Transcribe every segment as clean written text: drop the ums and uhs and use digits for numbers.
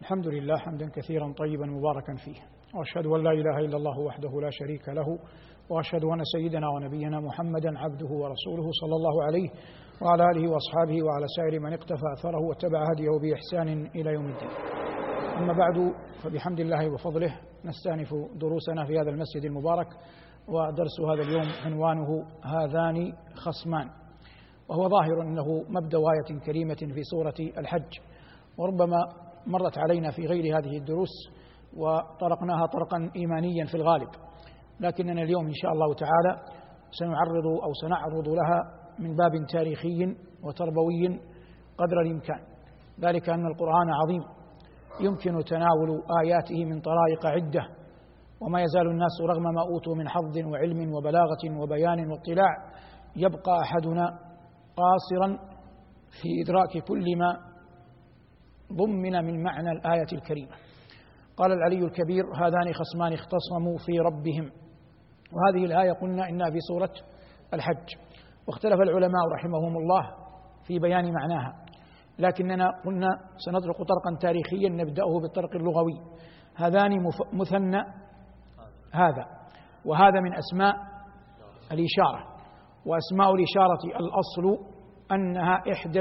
الحمد لله حمدا كثيرا طيبا مباركا فيه، وأشهد أن لا إله إلا الله وحده لا شريك له، وأشهد أن سيدنا ونبينا محمدا عبده ورسوله صلى الله عليه وعلى آله وأصحابه وعلى سائر من اقتفى أثره واتبع هديه بإحسان إلى يوم الدين. أما بعد، فبحمد الله وفضله نستأنف دروسنا في هذا المسجد المبارك، ودرس هذا اليوم عنوانه هذان خصمان، وهو ظاهر أنه مبدأ آية كريمة في سورة الحج، وربما مرت علينا في غير هذه الدروس وطرقناها طرقا إيمانيا في الغالب، لكننا اليوم إن شاء الله تعالى سنعرض لها من باب تاريخي وتربوي قدر الإمكان، ذلك أن القرآن عظيم يمكن تناول آياته من طرائق عدة، وما يزال الناس رغم ما أوتوا من حظ وعلم وبلاغة وبيان واطلاع يبقى أحدنا قاصرا في إدراك كل ما ضمن من معنى الآية الكريمة. قال العلي الكبير: هذان خصمان اختصموا في ربهم. وهذه الآية قلنا إنها في سورة الحج، واختلف العلماء رحمهم الله في بيان معناها، لكننا قلنا سنطرق طرقا تاريخيا نبدأه بالطرق اللغوي. هذان مثنى هذا، وهذا من أسماء الإشارة، وأسماء الإشارة الأصل أنها إحدى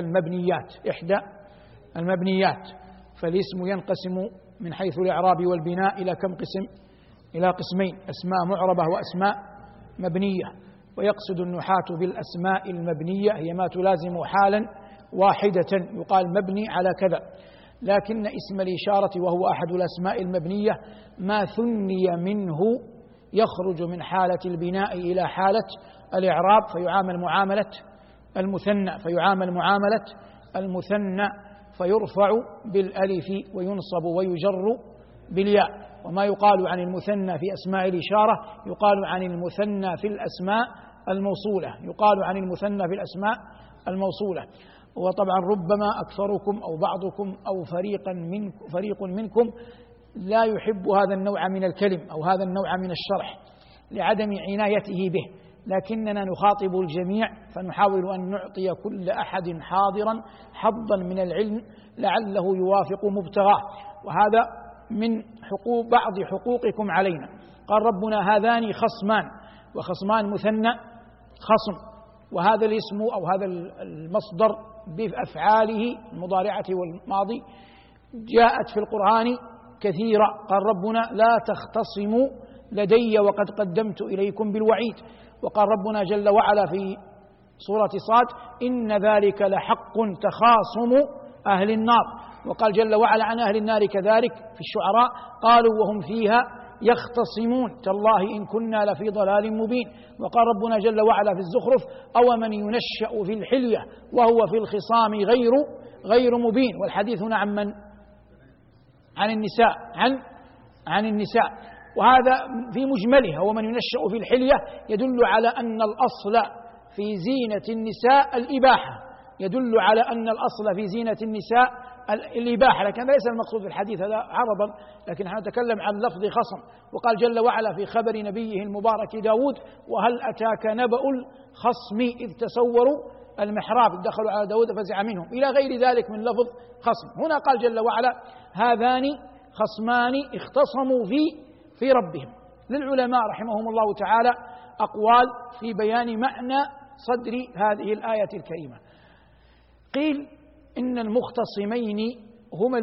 المبنيات، فالاسم ينقسم من حيث الإعراب والبناء إلى كم قسم؟ إلى قسمين: أسماء معربة وأسماء مبنية. ويقصد النحاة بالأسماء المبنية هي ما تلازم حالا واحدة يقال مبني على كذا، لكن اسم الإشارة وهو أحد الأسماء المبنية ما ثني منه يخرج من حالة البناء إلى حالة الإعراب فيعامل معاملة المثنى فيرفع بالألف وينصب ويجر بالياء. وما يقال عن المثنى في أسماء الإشارة يقال عن المثنى في الأسماء الموصولة. وطبعا ربما أكثركم أو بعضكم أو فريق منكم لا يحب هذا النوع من الكلم أو هذا النوع من الشرح لعدم عنايته به، لكننا نخاطب الجميع فنحاول أن نعطي كل أحد حاضرا حظا من العلم لعله يوافق مبتغاه، وهذا من بعض حقوقكم علينا. قال ربنا: هذان خصمان، وخصمان مثنى خصم، وهذا الاسم أو هذا المصدر بأفعاله المضارعة والماضي جاءت في القرآن كثيرا. قال ربنا: لا تختصموا لدي وقد قدمت إليكم بالوعيد. وقال ربنا جل وعلا في سورة صاد: إن ذلك لحق تخاصم أهل النار. وقال جل وعلا عن أهل النار كذلك في الشعراء: قالوا وهم فيها يختصمون تالله إن كنا لفي ضلال مبين. وقال ربنا جل وعلا في الزخرف: أو من ينشأ في الحلية وهو في الخصام غير مبين. والحديث هنا عن من؟ عن النساء. وهذا في مجملها: ومن ينشأ في الحلية يدل على أن الأصل في زينة النساء الإباحة، لكن ليس المقصود في الحديث هذا عرضا، لكن نحن نتكلم عن لفظ خصم. وقال جل وعلا في خبر نبيه المبارك داود: وهل أتاك نبأ الخصم إذ تسوروا المحراب إذ دخلوا على داود فزع منهم، إلى غير ذلك من لفظ خصم. هنا قال جل وعلا: هذان خصمان اختصموا في ربهم. للعلماء رحمهم الله تعالى أقوال في بيان معنى صدر هذه الآية الكريمة. قيل إن المختصمين هم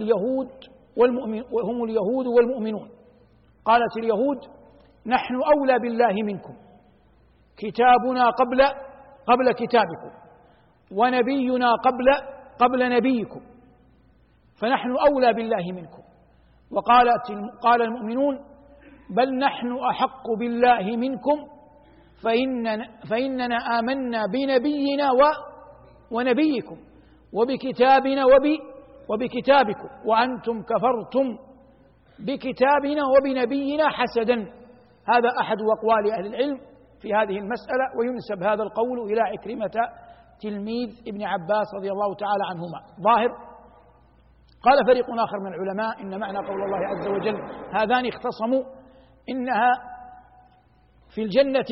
اليهود والمؤمنون. قالت اليهود: نحن أولى بالله منكم، كتابنا قبل كتابكم، ونبينا قبل نبيكم، فنحن أولى بالله منكم. قال المؤمنون: بل نحن أحق بالله منكم فإننا آمنا بنبينا ونبيكم وبكتابنا وبكتابكم، وأنتم كفرتم بكتابنا وبنبينا حسدا. هذا أحد أقوال أهل العلم في هذه المسألة، وينسب هذا القول إلى عكرمة تلميذ ابن عباس رضي الله تعالى عنهما. ظاهر. قال فريق آخر من العلماء: إن معنى قول الله عز وجل هذان اختصموا إنها في الجنة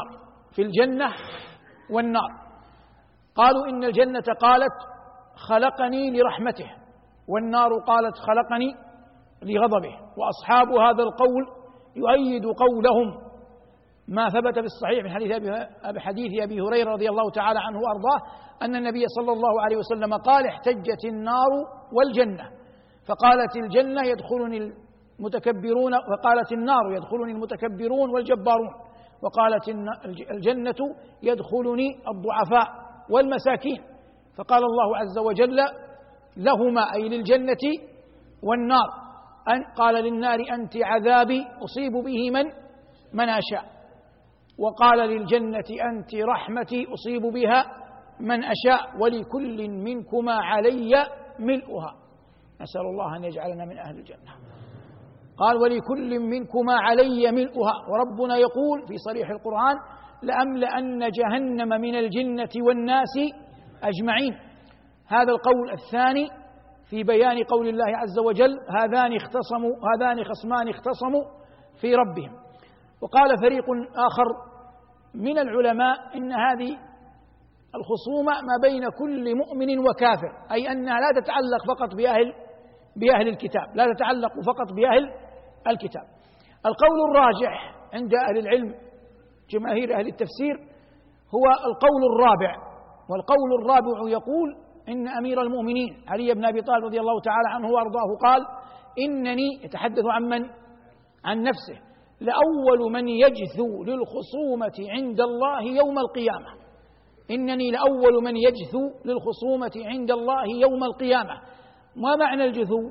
والنار. قالوا إن الجنة قالت: خلقني لرحمته، والنار قالت: خلقني لغضبه. وأصحاب هذا القول يؤيد قولهم ما ثبت في الصحيح من حديث أبي هريرة رضي الله تعالى عنه وأرضاه أن النبي صلى الله عليه وسلم قال: احتجت النار والجنة، فقالت الجنة يدخلني المتكبرون، وقالت النار يدخلني المتكبرون والجبارون، وقالت الجنة يدخلني الضعفاء والمساكين. فقال الله عز وجل لهما أي للجنة والنار قال للنار: أنت عذابي أصيب به من أشاء، وقال للجنة: أنت رحمتي أصيب بها من أشاء، ولكل منكما علي ملؤها. نسأل الله أن يجعلنا من أهل الجنة. قال: ولكل منكما علي ملؤها. وربنا يقول في صريح القرآن: لأملأن جهنم من الجنة والناس أجمعين. هذا القول الثاني في بيان قول الله عز وجل: هذان خصمان اختصموا في ربهم. وقال فريق آخر من العلماء إن هذه الخصومة ما بين كل مؤمن وكافر، أي أنها لا تتعلق فقط بأهل الكتاب، لا تتعلق فقط بأهل الكتاب. القول الراجح عند أهل العلم جماهير أهل التفسير هو القول الرابع، والقول الرابع يقول إن أمير المؤمنين علي بن أبي طالب رضي الله تعالى عنه وأرضاه قال: إنني، يتحدث عن نفسه، لأول من يجثو للخصومة عند الله يوم القيامة. إنني لأول من يجثو للخصومة عند الله يوم القيامة. ما معنى الجثو؟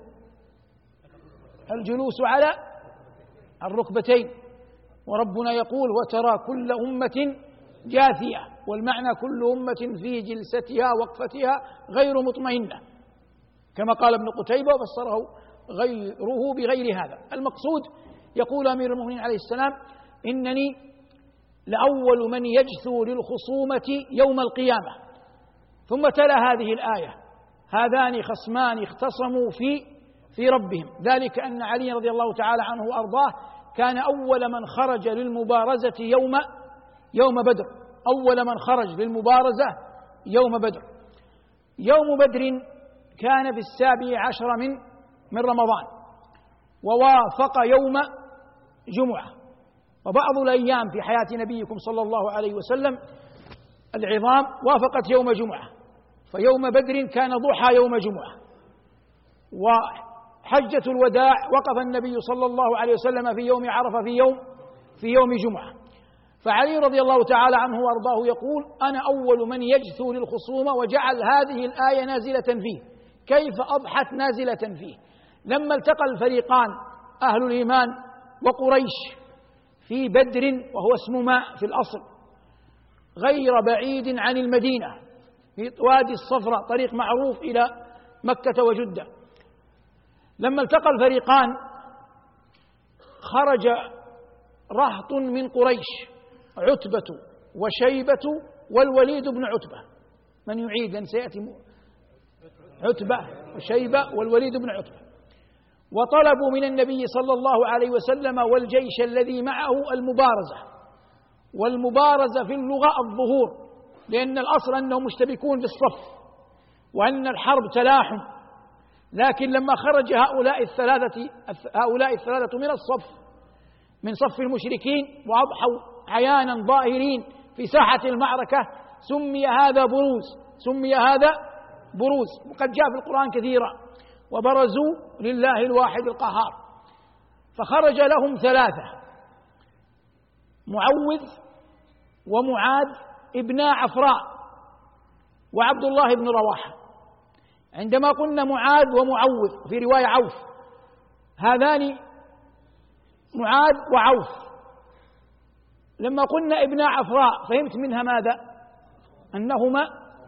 الجلوس على الركبتين. وربنا يقول: وترى كل أمة جاثية، والمعنى كل أمة في جلستها وقفتها غير مطمئنة، كما قال ابن قتيبة وفسره غيره بغير هذا. المقصود يقول أمير المؤمنين عليه السلام: إنني لأول من يجثو للخصومة يوم القيامة. ثم تلا هذه الآية: هذان خصمان اختصموا في ربهم، ذلك أن علي رضي الله تعالى عنه وأرضاه كان أول من خرج للمبارزة يوم بدر، أول من خرج للمبارزة يوم بدر. يوم بدر كان في 17 من رمضان، ووافق يوم جمعة. وبعض الأيام في حياة نبيكم صلى الله عليه وسلم العظام وافقت يوم جمعة، فيوم بدر كان ضحى يوم جمعة، وحجة الوداع وقف النبي صلى الله عليه وسلم في يوم عرفة في يوم جمعة. فعلي رضي الله تعالى عنه وارضاه يقول: أنا أول من يجثو للخصومة، وجعل هذه الآية نازلة فيه. كيف أضحت نازلة فيه؟ لما التقى الفريقان أهل الإيمان وقريش في بدر، وهو اسم ماء في الأصل غير بعيد عن المدينة، في وادي الصفراء، طريق معروف إلى مكة وجدة. لما التقى الفريقان خرج رهط من قريش: عتبة وشيبة والوليد بن عتبة. من يعيد؟ لأن سيأتي عتبة وشيبة والوليد بن عتبة. وطلبوا من النبي صلى الله عليه وسلم والجيش الذي معه المبارزة. والمبارزة في اللغة الظهور، لأن الأصل أنهم مشتبكون في الصف وأن الحرب تلاحم. لكن لما خرج هؤلاء الثلاثة من صف المشركين وأضحوا عيانا ظاهرين في ساحة المعركة، سمي هذا بروز. وقد جاء في القرآن كثيرا: وبرزوا لله الواحد القهار. فخرج لهم 3: معوذ ومعاذ ابنا عفراء وعبد الله بن رواحة. عندما قلنا معاذ ومعوذ في رواية عوف، هذان معاذ وعوف. لما قلنا ابنا عفراء فهمت منها ماذا؟ أنهما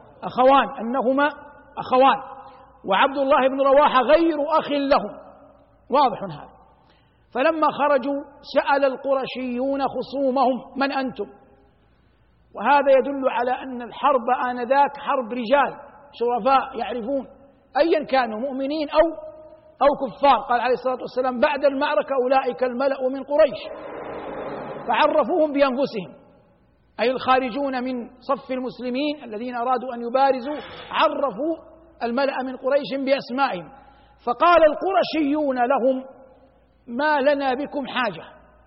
أخوان. وعبد الله بن رواحة غير أخ لهم، واضح هذا. فلما خرجوا سأل القرشيون خصومهم: من أنتم؟ وهذا يدل على أن الحرب آنذاك حرب رجال شرفاء يعرفون أيا كانوا، مؤمنين أو كفار. قال عليه الصلاة والسلام: بعد المعركة أولئك الملأ من قريش. فعرفوهم بأنفسهم، أي الخارجون من صف المسلمين الذين أرادوا أن يبارزوا، عرفوا الملأ من قريش بأسمائهم. فقال القرشيون لهم: ما لنا بكم حاجة،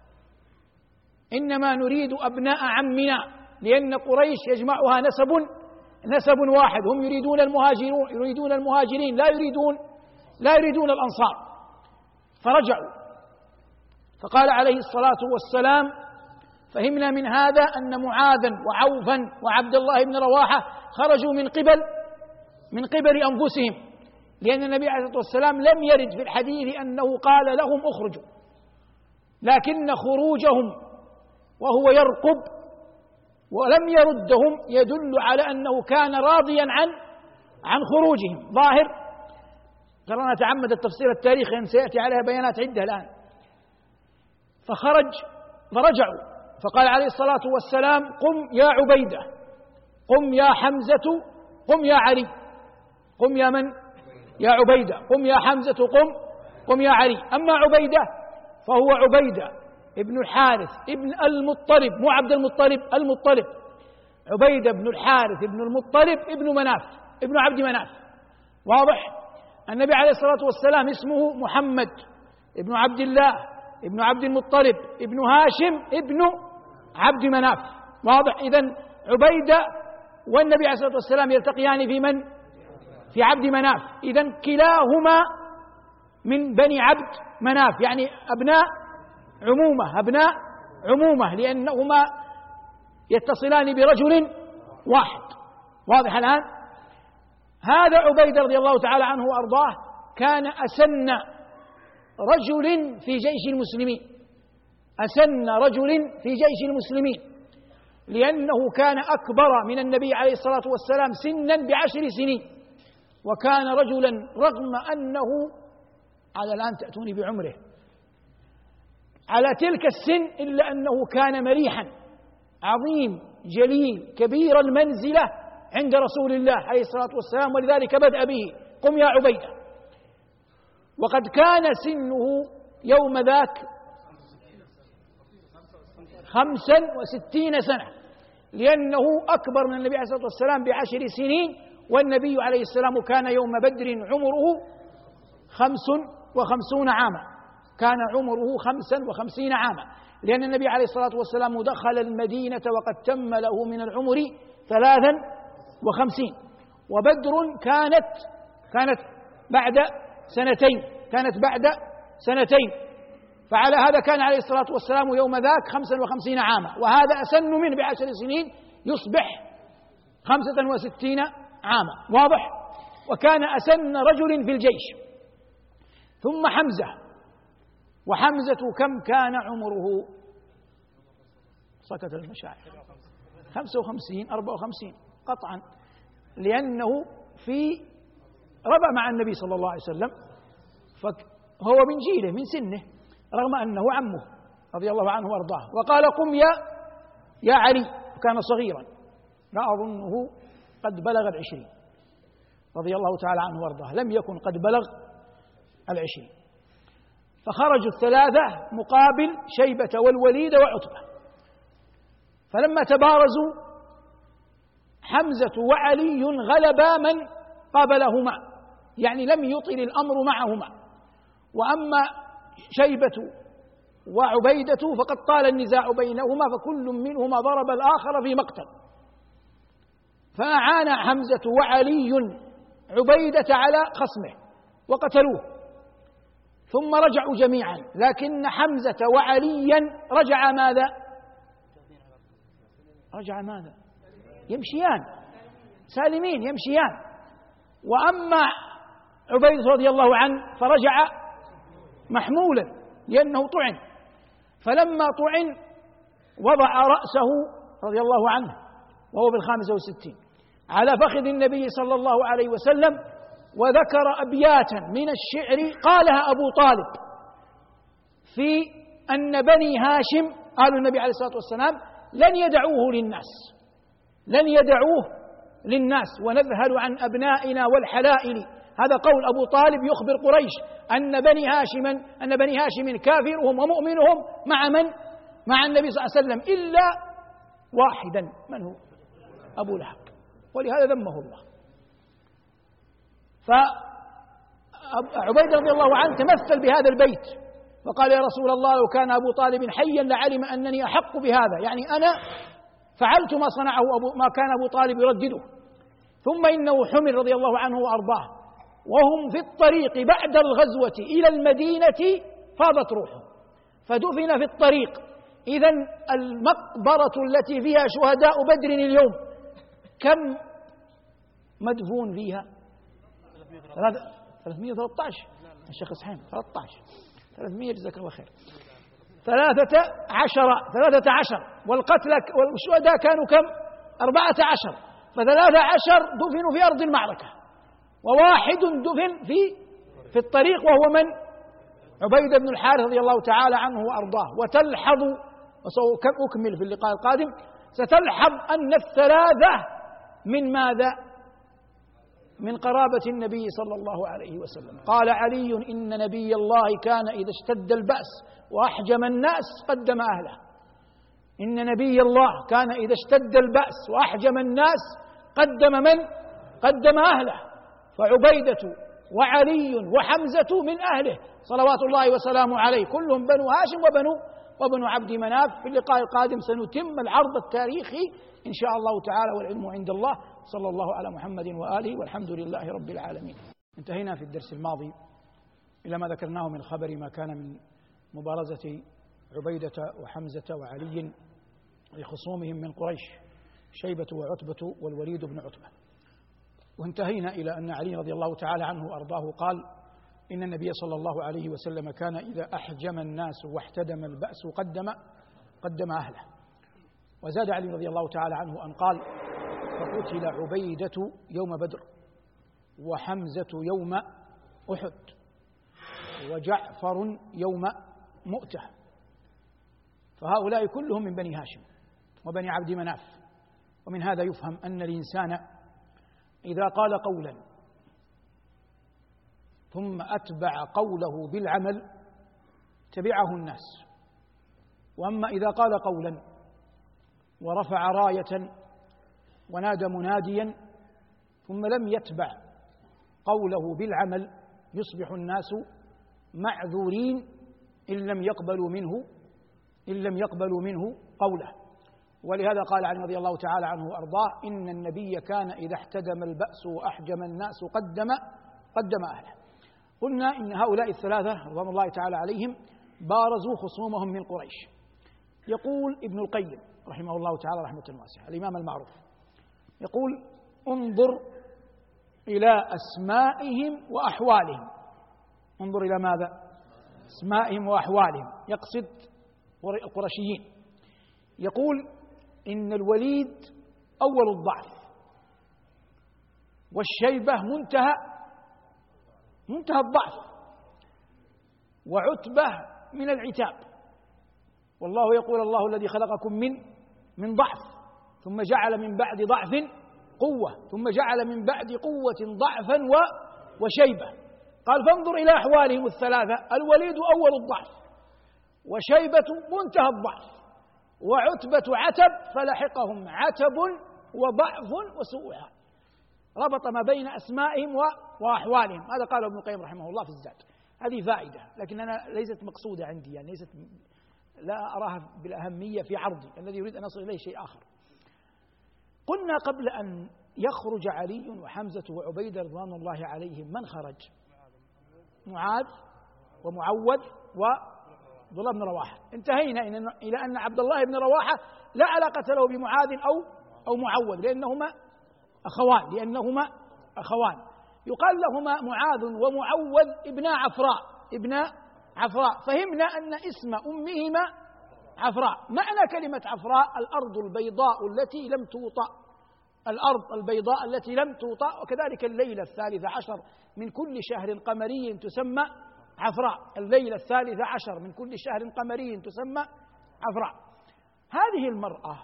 إنما نريد أبناء عمنا، لأن قريش يجمعها نسب واحد، هم يريدون المهاجرين لا يريدون الأنصار. فرجعوا، فقال عليه الصلاة والسلام: فهمنا من هذا أن معاذا وعوفا وعبد الله بن رواحة خرجوا من قبل أنفسهم، لأن النبي عليه الصلاة والسلام لم يرد في الحديث أنه قال لهم اخرجوا، لكن خروجهم وهو يرقب ولم يردهم يدل على أنه كان راضيا عن خروجهم. ظاهر ترى نتعمد التفسير التاريخي أن سيأتي عليها بيانات عدة الآن. فرجعوا، فقال عليه الصلاة والسلام: قم يا عبيدة، قم يا حمزة، قم يا علي. قم يا من؟ يا عبيدة. قم يا حمزة، قم يا علي. أما عبيدة فهو عبيدة ابن الحارث ابن المطلب، مو عبد المطلب، عبيدة بن الحارث ابن المطلب ابن عبد مناف. واضح؟ النبي عليه الصلاة والسلام اسمه محمد ابن عبد الله ابن عبد المطلب ابن هاشم ابن عبد مناف. واضح؟ إذن عبيدة والنبي عليه الصلاة والسلام يلتقيان في من؟ في عبد مناف. إذن كلاهما من بني عبد مناف، يعني أبناء عمومة، لأنهما يتصلان برجل واحد. واضح الآن؟ هذا عبيدة رضي الله تعالى عنه وأرضاه كان أسن رجل في جيش المسلمين، لأنه كان أكبر من النبي عليه الصلاة والسلام سنا ب10 سنين، وكان رجلا رغم أنه على الآن تأتوني بعمره على تلك السن، إلا أنه كان مريحا عظيم جليل كبير المنزلة عند رسول الله عليه الصلاة والسلام، ولذلك بدأ به: قم يا عبيدة. وقد كان سنه يوم ذاك 65 سنة، لأنه أكبر من النبي عليه الصلاة والسلام ب10 سنين، والنبي عليه السلام كان يوم بدر عمره 55 عاما، كان عمره 55 عاما، لأن النبي عليه الصلاة والسلام دخل المدينة وقد تم له من العمر 53، وبدر كانت بعد سنتين، فعلى هذا كان عليه الصلاة والسلام يوم ذاك 55 عاما، وهذا أسن منه ب10 سنين يصبح 65 عاما. واضح؟ وكان أسن رجل في الجيش. ثم حمزة، وحمزة كم كان عمره؟ سكت المشاعر 55 54 قطعا، لأنه ربى مع النبي صلى الله عليه وسلم، فهو من جيله من سنه، رغم أنه عمه رضي الله عنه وارضاه. وقال: قم يا علي، وكان صغيرا، لا أظنه قد بلغ 20 رضي الله تعالى عنه وارضاه، لم يكن قد بلغ 20. فخرجوا الثلاثة مقابل شيبة والوليد وعتبة، فلما تبارزوا حمزة وعلي غلبا من قابلهما، يعني لم يطل الأمر معهما. وأما شيبة وعبيدة فقد طال النزاع بينهما، فكل منهما ضرب الآخر في مقتل، فأعان حمزة وعلي عبيدة على خصمه وقتلوه، ثم رجعوا جميعا، لكن حمزة وعليا رجع ماذا؟ يمشيان سالمين يمشيان. وأما عبيدة رضي الله عنه فرجع محمولا لأنه طعن، فلما طعن وضع رأسه رضي الله عنه وهو ب65 على فخذ النبي صلى الله عليه وسلم، وذكر أبياتا من الشعر قالها أبو طالب في أن بني هاشم قالوا النبي عليه الصلاة والسلام: لن يدعوه للناس ونذهل عن أبنائنا والحلائل. هذا قول أبو طالب يخبر قريش أن بني هاشم كافرهم ومؤمنهم مع النبي صلى الله عليه وسلم، إلا واحدا، من هو؟ أبو لهب، ولهذا ذمه الله. عبيدة رضي الله عنه تمثل بهذا البيت فقال: يا رسول الله لو كان أبو طالب حيا لعلم أنني أحق بهذا، يعني أنا فعلت ما صنعه ما كان أبو طالب يردده. ثم إنه حمل رضي الله عنه وأرضاه وهم في الطريق بعد الغزوة إلى المدينة فاضت روحه فدفن في الطريق. إذن المقبرة التي فيها شهداء بدر اليوم كم مدفون فيها؟ 313 الشيخ إسحاق 300 جزاك الله خير 13 والقتلى والشهداء كانوا كم؟ 14 ف13 دفنوا في أرض المعركة وواحد دفن في الطريق وهو من؟ عبيدة بن الحارث رضي الله تعالى عنه وأرضاه. وتلحظ وسأكمل في اللقاء القادم ستلحظ أن الثلاثة من ماذا؟ من قرابة النبي صلى الله عليه وسلم. قال علي: إن نبي الله كان إذا اشتد البأس وأحجم الناس قدم أهله. إن نبي الله كان إذا اشتد البأس وأحجم الناس قدم من؟ قدم أهله. فعبيدة وعلي وحمزة من أهله صلوات الله وسلامه عليه، كلهم بنو هاشم وبنو عبد مناف. في اللقاء القادم سنتم العرض التاريخي إن شاء الله تعالى، والعلم عند الله. صلى الله على محمد وآله والحمد لله رب العالمين. انتهينا في الدرس الماضي إلى ما ذكرناه من خبر ما كان من مبارزة عبيدة وحمزة وعلي لخصومهم من قريش شيبة وعتبة والوليد بن عتبة. وانتهينا إلى أن علي رضي الله تعالى عنه وأرضاه قال: إن النبي صلى الله عليه وسلم كان إذا أحجم الناس واحتدم البأس قدم أهله. وزاد علي رضي الله تعالى عنه أن قال: فقتل عبيدة يوم بدر وحمزة يوم أحد وجعفر يوم مؤتة. فهؤلاء كلهم من بني هاشم وبني عبد مناف. ومن هذا يفهم أن الإنسان إذا قال قولا ثم أتبع قوله بالعمل تبعه الناس، وأما إذا قال قولا ورفع راية ونادى مناديا ثم لم يتبع قوله بالعمل يصبح الناس معذورين إن لم يقبلوا منه قوله. ولهذا قال علي رضي الله تعالى عنه وأرضاه: إن النبي كان إذا احتدم البأس وأحجم الناس قدم أهله. قلنا إن هؤلاء الثلاثة رضوان الله تعالى عليهم بارزوا خصومهم من قريش. يقول ابن القيم رحمه الله تعالى رحمة واسعة، الإمام المعروف، يقول: انظر إلى أسمائهم وأحوالهم. انظر إلى ماذا؟ أسمائهم وأحوالهم، يقصد القرشيين. يقول: إن الوليد أول الضعف، والشيبة منتهى الضعف، وعتبة من العتاب. والله يقول: الله الذي خلقكم من ضعف ثم جعل من بعد ضعف قوة ثم جعل من بعد قوة ضعفا وشيبة. قال: فانظر إلى أحوالهم الثلاثة: الوليد أول الضعف، وشيبة منتهى الضعف، وعتبة عتب فلحقهم عتب وضعف وسوء حال. ربط ما بين أسمائهم وأحوالهم. هذا قاله ابن القيم رحمه الله في الزاد. هذه فائدة، لكن أنا ليست مقصودة عندي، يعني لا أراها بالأهمية في عرضي. الذي يريد أن أصل إليه شيء آخر. قلنا قبل أن يخرج علي وحمزة وعبيدة رضوان الله عليهم من خرج؟ معاذ ومعوذ وعبد الله بن رواحة. انتهينا إلى أن عبد الله بن رواحة لا علاقة له بمعاذ أو معوذ لأنهما أخوان. يقال لهما معاذ ومعوذ ابن عفراء. فهمنا أن اسم أمهما عفراء. معنى كلمة عفراء: الأرض البيضاء التي لم توطأ. وكذلك الليلة 13 من كل شهر قمري تسمى عفراء. الليلة 13 من كل شهر قمري تسمى عفراء. هذه المرأة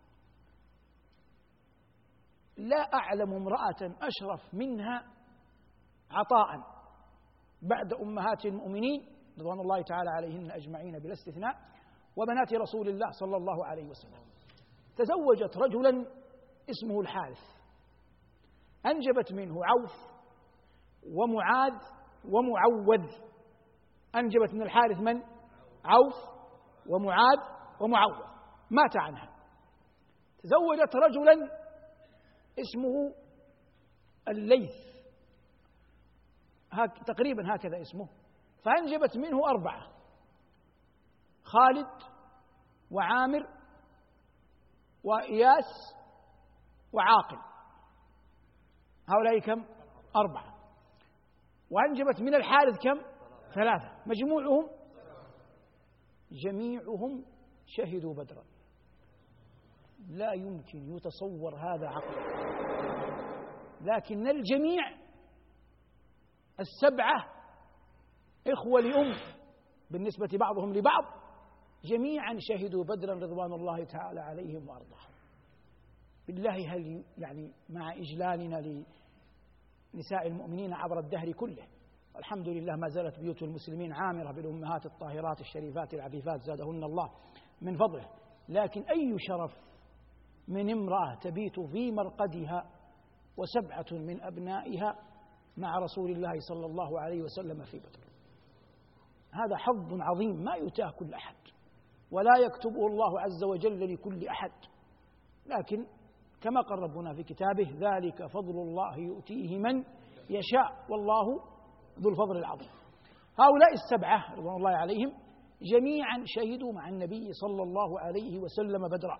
لا أعلم امرأة أشرف منها عطاء بعد أمهات المؤمنين رضوان الله تعالى عليهن أجمعين بلا استثناء وبنات رسول الله صلى الله عليه وسلم. تزوجت رجلا اسمه الحارث، أنجبت منه عوف ومعاذ ومعوذ. أنجبت من الحارث من؟ عوف ومعاذ ومعوذ، مات عنها. تزوجت رجلا اسمه الليث، تقريبا هكذا اسمه، فأنجبت منه 4: خالد وعامر وإياس وعاقل. هؤلاء كم؟ 4. وأنجبت من الحارث كم؟ 3. مجموعهم جميعهم شهدوا بدرا. لا يمكن يتصور هذا عقلا، لكن الجميع 7 إخوة لأم بالنسبة بعضهم لبعض جميعا شهدوا بدرا رضوان الله تعالى عليهم وأرضاهم. بالله هل يعني مع إجلالنا لنساء المؤمنين عبر الدهر كله، والحمد لله ما زالت بيوت المسلمين عامرة بالأمهات الطاهرات الشريفات العفيفات زادهن الله من فضله، لكن أي شرف من امرأة تبيت في مرقدها و7 من أبنائها مع رسول الله صلى الله عليه وسلم في بدر. هذا حظ عظيم ما يتاه كل أحد، ولا يكتبه الله عز وجل لكل أحد، لكن كما قال ربنا في كتابه: ذلك فضل الله يؤتيه من يشاء والله ذو الفضل العظيم. هؤلاء 7 رضوان الله عليهم جميعا شهدوا مع النبي صلى الله عليه وسلم بدرا.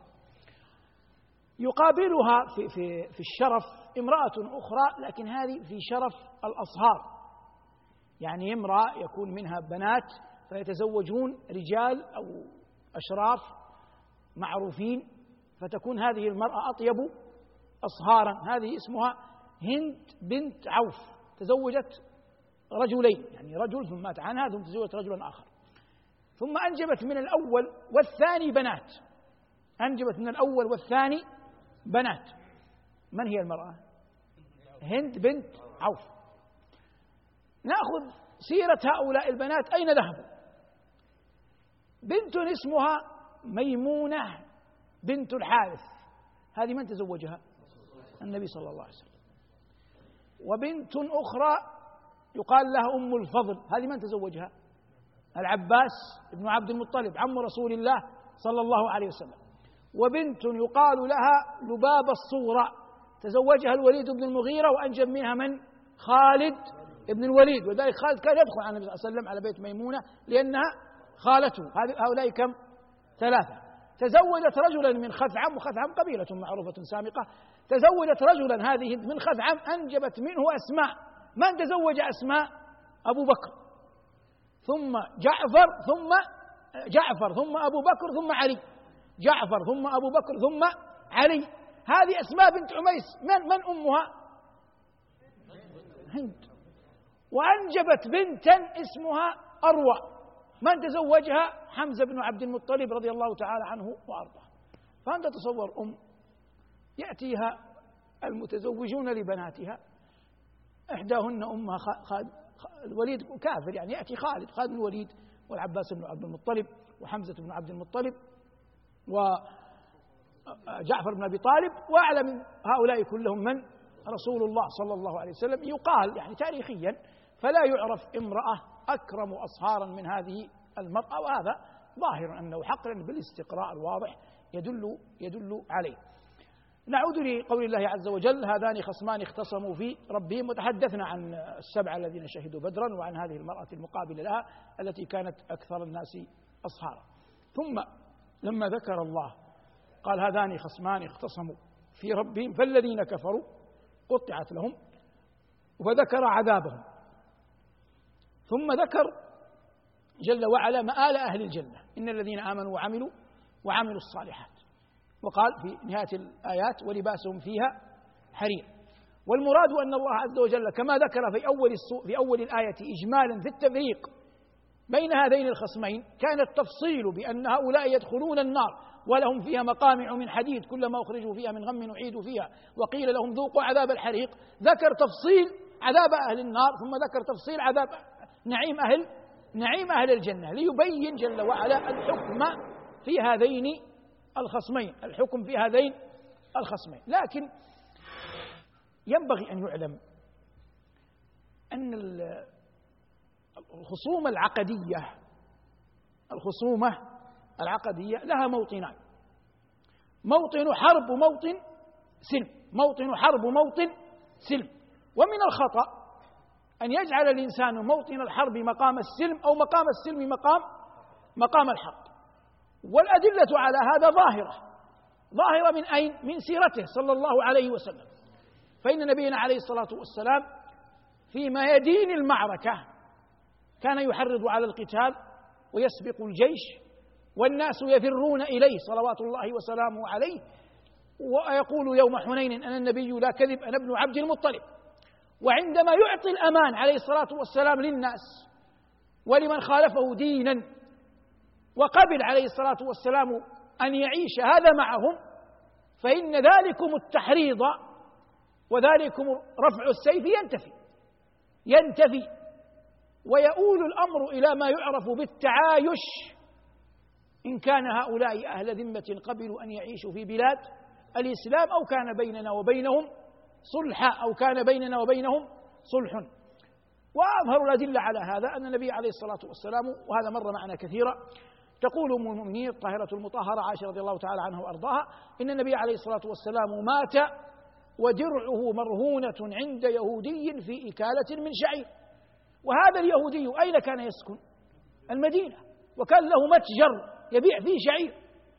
يقابلها في الشرف امرأة أخرى، لكن هذه في شرف الأصهار، يعني امرأة يكون منها بنات فيتزوجون رجال أو أشراف معروفين، فتكون هذه المرأة أطيب أصهارا. هذه اسمها هند بنت عوف، تزوجت رجلين، يعني رجل ثم مات عنها ثم تزوجت رجلا آخر، ثم أنجبت من الأول والثاني بنات. أنجبت من الأول والثاني بنات. من هي المرأة؟ هند بنت عوف. نأخذ سيرة هؤلاء البنات، أين ذهبوا؟ بنت اسمها ميمونة بنت الحارث، هذه من تزوجها؟ النبي صلى الله عليه وسلم. وبنت أخرى يقال لها أم الفضل، هذه من تزوجها؟ العباس بن عبد المطلب عم رسول الله صلى الله عليه وسلم. وبنت يقال لها لبابة الصغرى، تزوجها الوليد بن المغيرة وأنجب منها من؟ خالد بن الوليد، ولذلك خالد كان يدخل على النبي صلى الله عليه وسلم على بيت ميمونة لأنها خالته. هؤلاء كم؟ 3. تزوجت رجلا من خثعم، وخثعم قبيلة معروفة سامقة. تزوجت رجلا هذه من خثعم أنجبت منه أسماء. من تزوج أسماء؟ أبو بكر ثم جعفر ثم أبو بكر ثم علي، جعفر ثم أبو بكر ثم علي. هذه أسماء بنت عميس. من أمها؟ هند. وأنجبت بنتا اسمها أروى. من تزوجها؟ حمزة بن عبد المطلب رضي الله تعالى عنه وأرضاه. فأنت تصور يأتيها المتزوجون لبناتها، إحداهن أمها الوليد كافر، يعني يأتي خالد بن الوليد والعباس بن عبد المطلب وحمزة بن عبد المطلب وجعفر بن أبي طالب، وأعلى من هؤلاء كلهم من؟ رسول الله صلى الله عليه وسلم. يقال يعني تاريخيا فلا يعرف امرأة أكرم أصهارا من هذه المرأة، وهذا ظاهر أنه حق، لأن بالاستقراء الواضح يدل عليه. نعود لقول الله عز وجل: هذان خصمان اختصموا في ربهم. وتحدثنا عن 7 الذين شهدوا بدرا، وعن هذه المرأة المقابلة لها التي كانت أكثر الناس أصهارا. ثم لما ذكر الله قال: هذان خصمان اختصموا في ربهم فالذين كفروا قطعت لهم، وذكر عذابهم، ثم ذكر جل وعلا مآل أهل الجنة: إن الذين آمنوا وعملوا الصالحات. وقال في نهاية الآيات: ولباسهم فيها حرير. والمراد أن الله عز وجل كما ذكر في أول الآية إجمالا في التفريق بين هذين الخصمين، كان التفصيل بأن هؤلاء يدخلون النار ولهم فيها مقامع من حديد كلما أخرجوا فيها من غم أعيدوا فيها وقيل لهم ذوقوا عذاب الحريق. ذكر تفصيل عذاب أهل النار، ثم ذكر تفصيل عذاب نعيم أهل الجنة، ليبين جل وعلا الحكم في هذين الخصمين. لكن ينبغي أن يعلم أن الخصومة العقدية لها موطنان: موطن حرب وموطن سلم. موطن حرب وموطن سلم. ومن الخطأ أن يجعل الإنسان موطن الحرب مقام السلم أو مقام السلم مقام الحرب. والأدلة على هذا ظاهرة من أين؟ من سيرته صلى الله عليه وسلم. فإن نبينا عليه الصلاة والسلام في ميادين المعركة كان يحرض على القتال ويسبق الجيش، والناس يفرون إليه صلوات الله وسلامه عليه، ويقول يوم حنين: أنا النبي لا كذب، أنا ابن عبد المطلب. وعندما يعطي الأمان عليه الصلاة والسلام للناس ولمن خالفه دينا، وقبل عليه الصلاة والسلام أن يعيش هذا معهم، فإن ذلكم التحريض وذلكم رفع السيف ينتفي ويؤول الأمر إلى ما يعرف بالتعايش، إن كان هؤلاء أهل ذمة قبلوا أن يعيشوا في بلاد الإسلام، أو كان بيننا وبينهم صلح. وأظهر الأدلة على هذا أن النبي عليه الصلاة والسلام، وهذا مر معنا كثيرا، تقول أم المؤمنين الطاهرة المطهرة عائشة رضي الله تعالى عنها وأرضاها: إن النبي عليه الصلاة والسلام مات ودرعه مرهونة عند يهودي في إكالة من شعير. وهذا اليهودي أين كان يسكن؟ المدينة، وكان له متجر يبيع فيه شعير،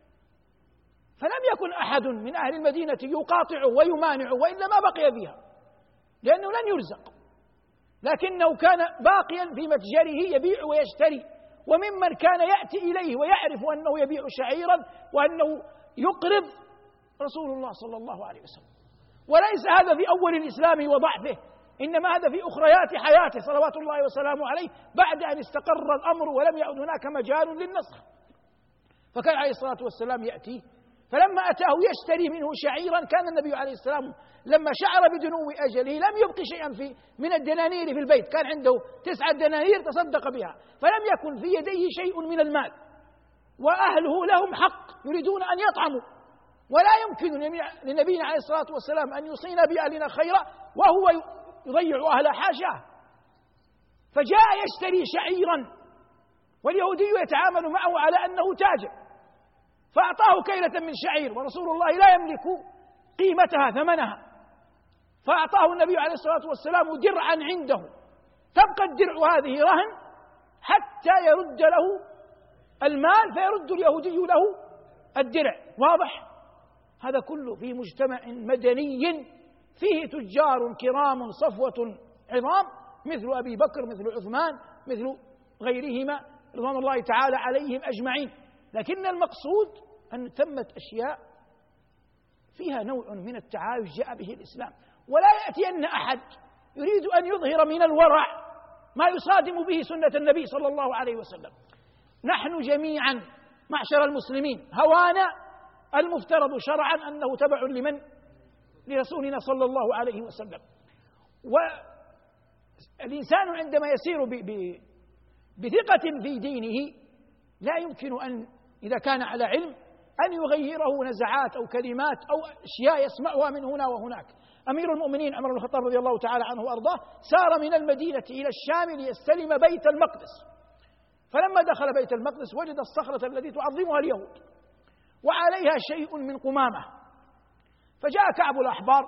فلم يكن أحد من أهل المدينة يقاطعه ويمانعه، وإلا ما بقي فيها، لأنه لن يرزق، لكنه كان باقيا في متجره يبيع ويشتري، وممن كان يأتي إليه ويعرف أنه يبيع شعيرا وأنه يقرض رسول الله صلى الله عليه وسلم. وليس هذا في أول الإسلام وضعفه، إنما هذا في أخريات حياته صلوات الله وسلامه عليه، بعد أن استقر الأمر ولم يعد هناك مجال للنسخ. فكان عليه الصلاة والسلام يأتي، فلما أتاه يشتري منه شعيرا، كان النبي عليه السلام لما شعر بدنو أجله لم يبق شيئا من الدنانير في البيت، كان عنده 9 دنانير تصدق بها، فلم يكن في يديه شيء من المال، وأهله لهم حق يريدون أن يطعموا، ولا يمكن لنبينا عليه الصلاة والسلام أن يصينا بأهلنا خيرا وهو يضيع أهله، حاشاه. فجاء يشتري شعيرا، واليهودي يتعامل معه على أنه تاجر، فأعطاه كيلة من شعير، ورسول الله لا يملك قيمتها ثمنها، فأعطاه النبي عليه الصلاة والسلام درعا عنده، تبقى الدرع هذه رهن حتى يرد له المال، فيرد اليهودي له الدرع. واضح؟ هذا كله في مجتمع مدني فيه تجار كرام صفوة عظام، مثل أبي بكر، مثل عثمان، مثل غيرهما رضوان الله تعالى عليهم أجمعين. لكن المقصود أن ثمة أشياء فيها نوع من التعايش جاء به الإسلام، ولا يأتين أحد يريد أن يظهر من الورع ما يصادم به سنة النبي صلى الله عليه وسلم. نحن جميعا معشر المسلمين هوانا المفترض شرعا أنه تبع لمن؟ لرسولنا صلى الله عليه وسلم. والإنسان عندما يسير بثقة في دينه لا يمكن أن، إذا كان على علم، أن يغيره نزعات أو كلمات أو أشياء يسمعها من هنا وهناك. أمير المؤمنين عمر بن الخطاب رضي الله تعالى عنه وأرضاه سار من المدينة إلى الشام ليستلم بيت المقدس، فلما دخل بيت المقدس وجد الصخرة التي تعظمها اليهود وعليها شيء من قمامة، فجاء كعب الأحبار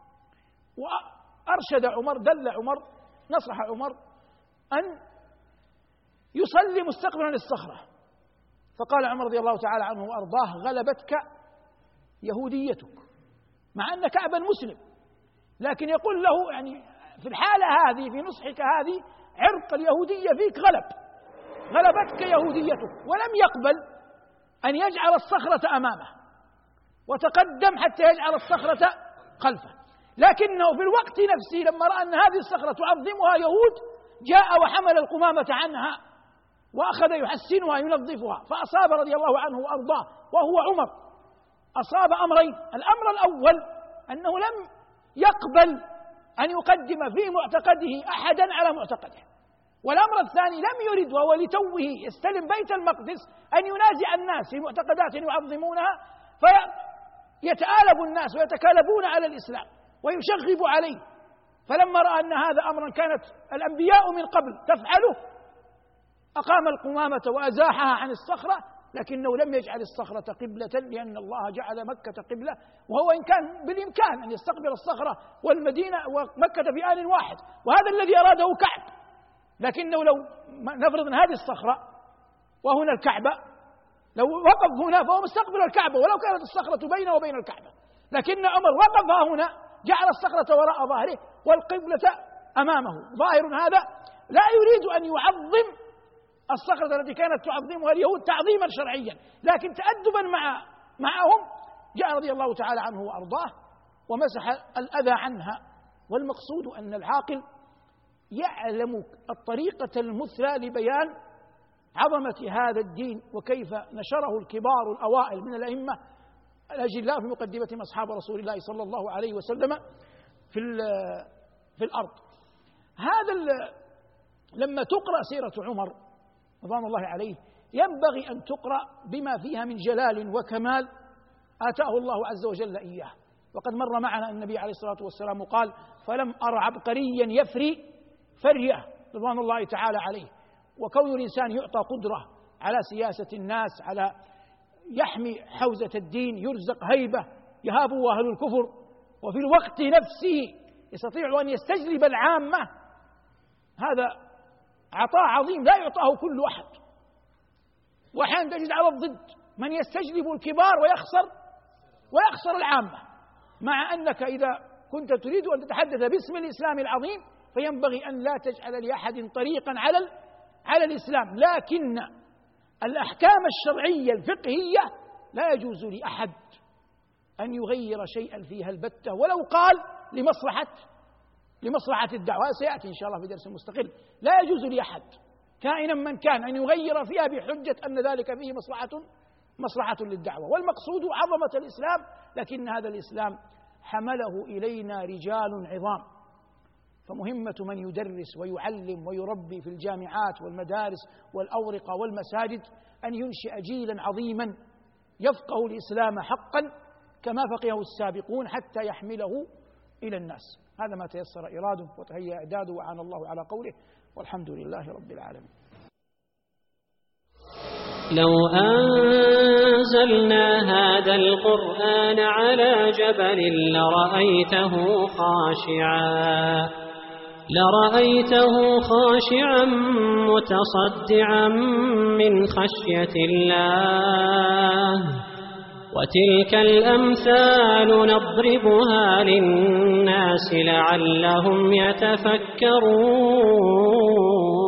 وأرشد عمر، دل عمر، نصح عمر أن يصلي مستقبلا للصخرة. فقال عمر رضي الله تعالى عنه وأرضاه: غلبتك يهوديتك، مع أن كعبا مسلم، لكن يقول له يعني في الحالة هذه، في نصحك هذه، عرق اليهودية فيك غلبتك يهوديتك، ولم يقبل أن يجعل الصخرة أمامه وتقدم حتى يجعل الصخرة خلفه. لكنه في الوقت نفسه لما رأى أن هذه الصخرة تعظمها يهود، جاء وحمل القمامة عنها وأخذ يحسنها ينظفها، فأصاب رضي الله عنه وأرضاه وهو عمر، أصاب أمرين: الأمر الأول أنه لم يقبل أن يقدم في معتقده أحدا على معتقده، والأمر الثاني لم يرد وهو لتوه يستلم بيت المقدس أن ينازع الناس في معتقدات يعظمونها فيتآلب الناس ويتكالبون على الإسلام ويشغب عليه. فلما رأى أن هذا أمرا كانت الأنبياء من قبل تفعله، أقام القمامة وأزاحها عن الصخرة، لكنه لم يجعل الصخرة قبلة، لأن الله جعل مكة قبلة، وهو إن كان بالإمكان أن يستقبل الصخرة والمدينة ومكة في آن واحد، وهذا الذي أراده كعب. لكنه لو نفرض أن هذه الصخرة وهنا الكعبة، لو وقف هنا فهو مستقبل الكعبة ولو كانت الصخرة بينه وبين الكعبة، لكن عمر وقف هنا جعل الصخرة وراء ظهره والقبلة أمامه. ظاهر هذا لا يريد أن يعظم الصخرة التي كانت تعظمها اليهود تعظيما شرعيا، لكن تأدبا معهم جاء رضي الله تعالى عنه وأرضاه ومسح الأذى عنها. والمقصود أن العاقل يعلم الطريقة المثلى لبيان عظمة هذا الدين وكيف نشره الكبار الأوائل من الأئمة الأجلاء في مقدمة أصحاب رسول الله صلى الله عليه وسلم في الأرض. هذا لما تقرأ سيرة عمر رضوان الله عليه ينبغي أن تقرأ بما فيها من جلال وكمال آتاه الله عز وجل إياه. وقد مر معنا النبي عليه الصلاة والسلام قال: فلم أر عبقريا يفري فرية رضوان الله تعالى عليه. وكون الإنسان يعطى قدرة على سياسة الناس، على يحمي حوزة الدين، يرزق هيبة يهابه أهل الكفر، وفي الوقت نفسه يستطيع أن يستجلب العامة، هذا عطاء عظيم لا يعطاه كل أحد. وأحيانا تجد على الضد من يستجلب الكبار ويخسر العامة، مع أنك إذا كنت تريد أن تتحدث باسم الإسلام العظيم فينبغي أن لا تجعل لأحد طريقا على الإسلام. لكن الأحكام الشرعية الفقهية لا يجوز لأحد أن يغير شيئا فيها البتة ولو قال لمصلحة الدعوة. سيأتي إن شاء الله في درس مستقل. لا يجوز لأحد كائنا من كان أن يغير فيها بحجة أن ذلك فيه مصلحة للدعوة. والمقصود عظمة الإسلام، لكن هذا الإسلام حمله إلينا رجال عظام. فمهمة من يدرس ويعلم ويربي في الجامعات والمدارس والأورقة والمساجد أن ينشئ جيلا عظيما يفقه الإسلام حقا كما فقهه السابقون حتى يحمله إلى الناس. هذا ما تيسر إراده وتهيأ إعداده وعان الله على قوله، والحمد لله رب العالمين. لو أنزلنا هذا القرآن على جبل لرأيته خاشعا متصدعا من خشية الله. وتلك الأمثال نضربها للناس لعلهم يتفكرون.